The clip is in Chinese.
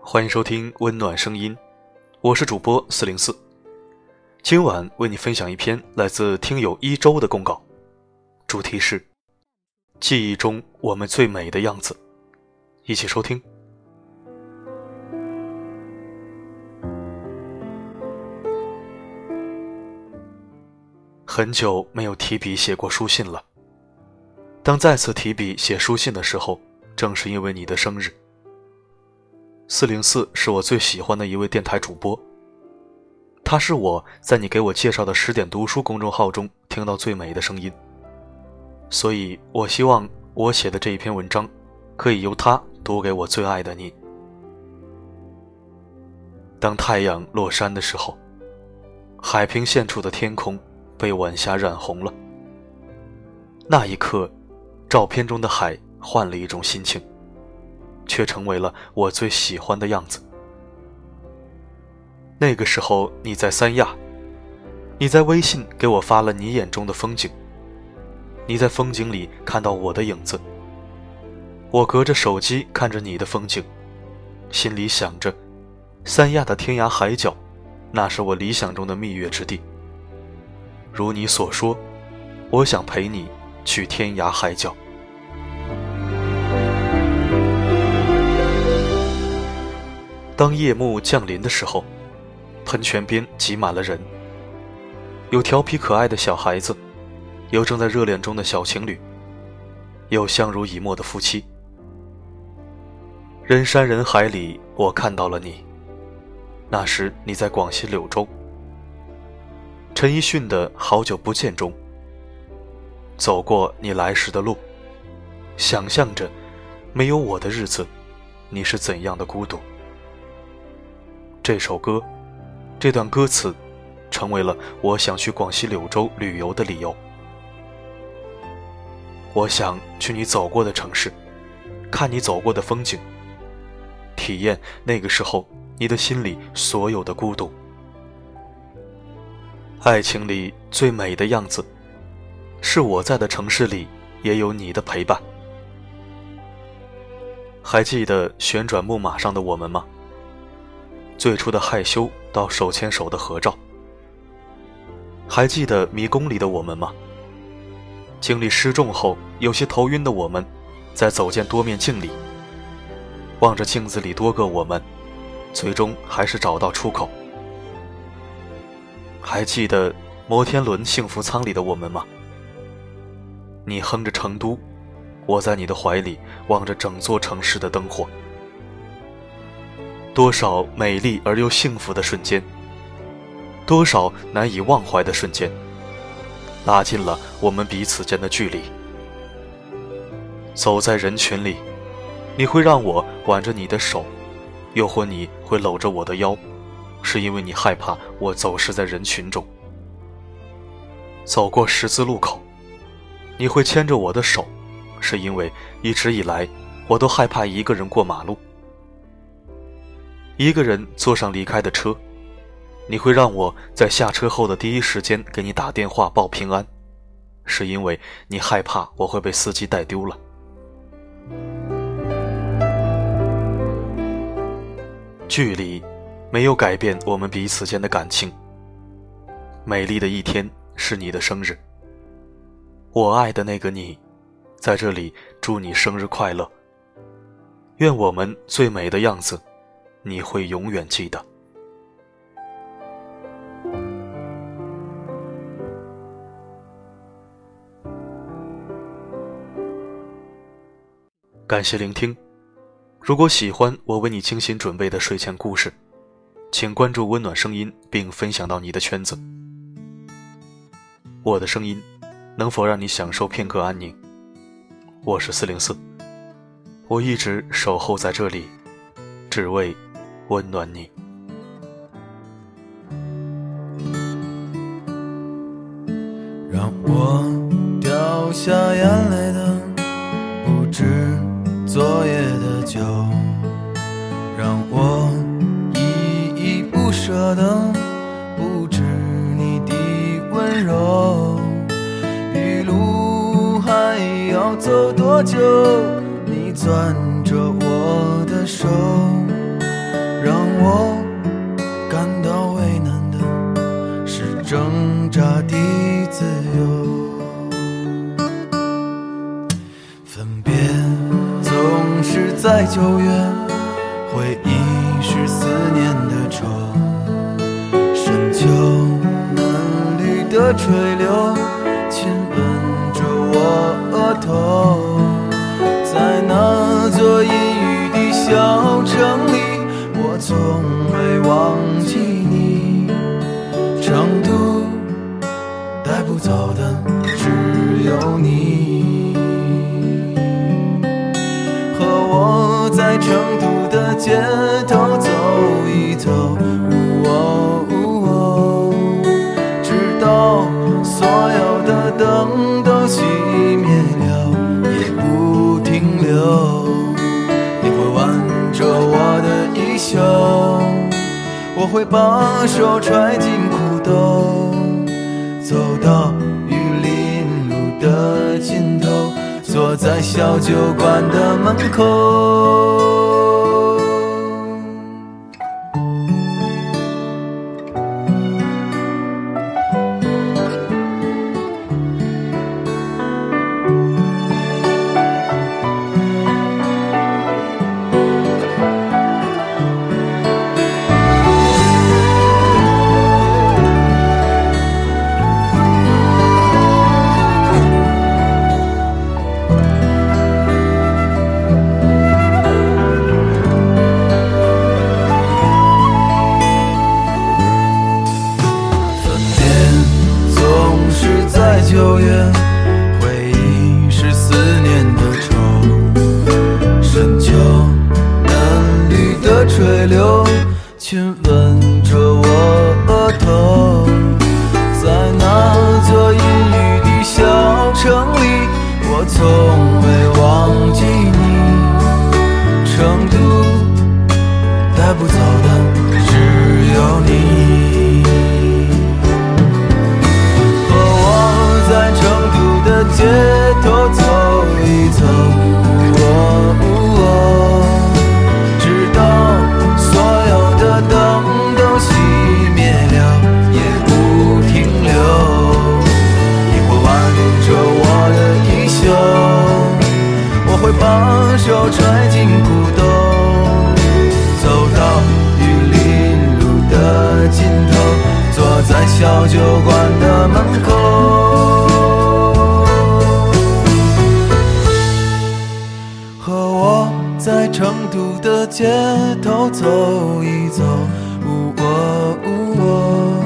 欢迎收听温暖声音，我是主播404。今晚为你分享一篇来自听友一周的公稿，主题是记忆中我们最美的样子，一起收听。很久没有提笔写过书信了，当再次提笔写书信的时候，正是因为你的生日。404是我最喜欢的一位电台主播，他是我在你给我介绍的10点读书公众号中听到最美的声音，所以我希望我写的这一篇文章可以由他读给我最爱的你。当太阳落山的时候，海平线处的天空被晚霞染红了，那一刻，照片中的海换了一种心情，却成为了我最喜欢的样子。那个时候你在三亚，你在微信给我发了你眼中的风景，你在风景里看到我的影子，我隔着手机看着你的风景，心里想着三亚的天涯海角，那是我理想中的蜜月之地。如你所说，我想陪你去天涯海角。当夜幕降临的时候，喷泉边挤满了人，有调皮可爱的小孩子，有正在热恋中的小情侣，有相濡以沫的夫妻。人山人海里，我看到了你，那时你在广西柳州。陈奕迅的《好久不见》中，走过你来时的路，想象着没有我的日子，你是怎样的孤独。这首歌，这段歌词，成为了我想去广西柳州旅游的理由。我想去你走过的城市，看你走过的风景，体验那个时候你的心里所有的孤独。爱情里最美的样子，是我在的城市里也有你的陪伴。还记得旋转木马上的我们吗？最初的害羞到手牵手的合照。还记得迷宫里的我们吗？经历失重后有些头晕的我们，在走进多面镜里，望着镜子里多个我们，最终还是找到出口。还记得摩天轮幸福舱里的我们吗？你哼着成都，我在你的怀里望着整座城市的灯火。多少美丽而又幸福的瞬间，多少难以忘怀的瞬间，拉近了我们彼此间的距离。走在人群里，你会让我挽着你的手，又或你会搂着我的腰，是因为你害怕我走失在人群中。走过十字路口，你会牵着我的手，是因为一直以来我都害怕一个人过马路。一个人坐上离开的车，你会让我在下车后的第一时间给你打电话报平安，是因为你害怕我会被司机带丢了。距离没有改变我们彼此间的感情。美丽的一天是你的生日，我爱的那个你，在这里祝你生日快乐。愿我们最美的样子，你会永远记得。感谢聆听。如果喜欢我为你精心准备的睡前故事，请关注温暖声音并分享到你的圈子。我的声音能否让你享受片刻安宁？我是404，我一直守候在这里，只为温暖你。 让我掉下眼泪的不止昨夜的酒，让我依依不舍的不止你的温柔。一路还要走多久？你攥着我的手， 我感到为难的是挣扎的自由。分别总是在9月，回忆是思念的愁，深秋嫩绿的垂柳亲吻着我额头，在那座阴雨的小城里，我从未忘记你。成都带不走的只有你，和我在成都的街头走一走，直到所有的灯都熄灭了也不停留。你会挽着我的衣袖，我会把手揣进裤兜，走到玉林路的尽头，坐在小酒馆的门口。9月，回忆是思念的愁，深秋嫩绿的垂柳亲吻着我额头，在那座阴雨的小城里，我从未忘记你。成都带不走的只有你，街头走一走，直到所有的灯都熄灭了也不停留。你会挽着我的衣袖，我会把手揣进裤兜，走到玉林路的尽头，坐在小酒馆的门口。在成都的街头走一走，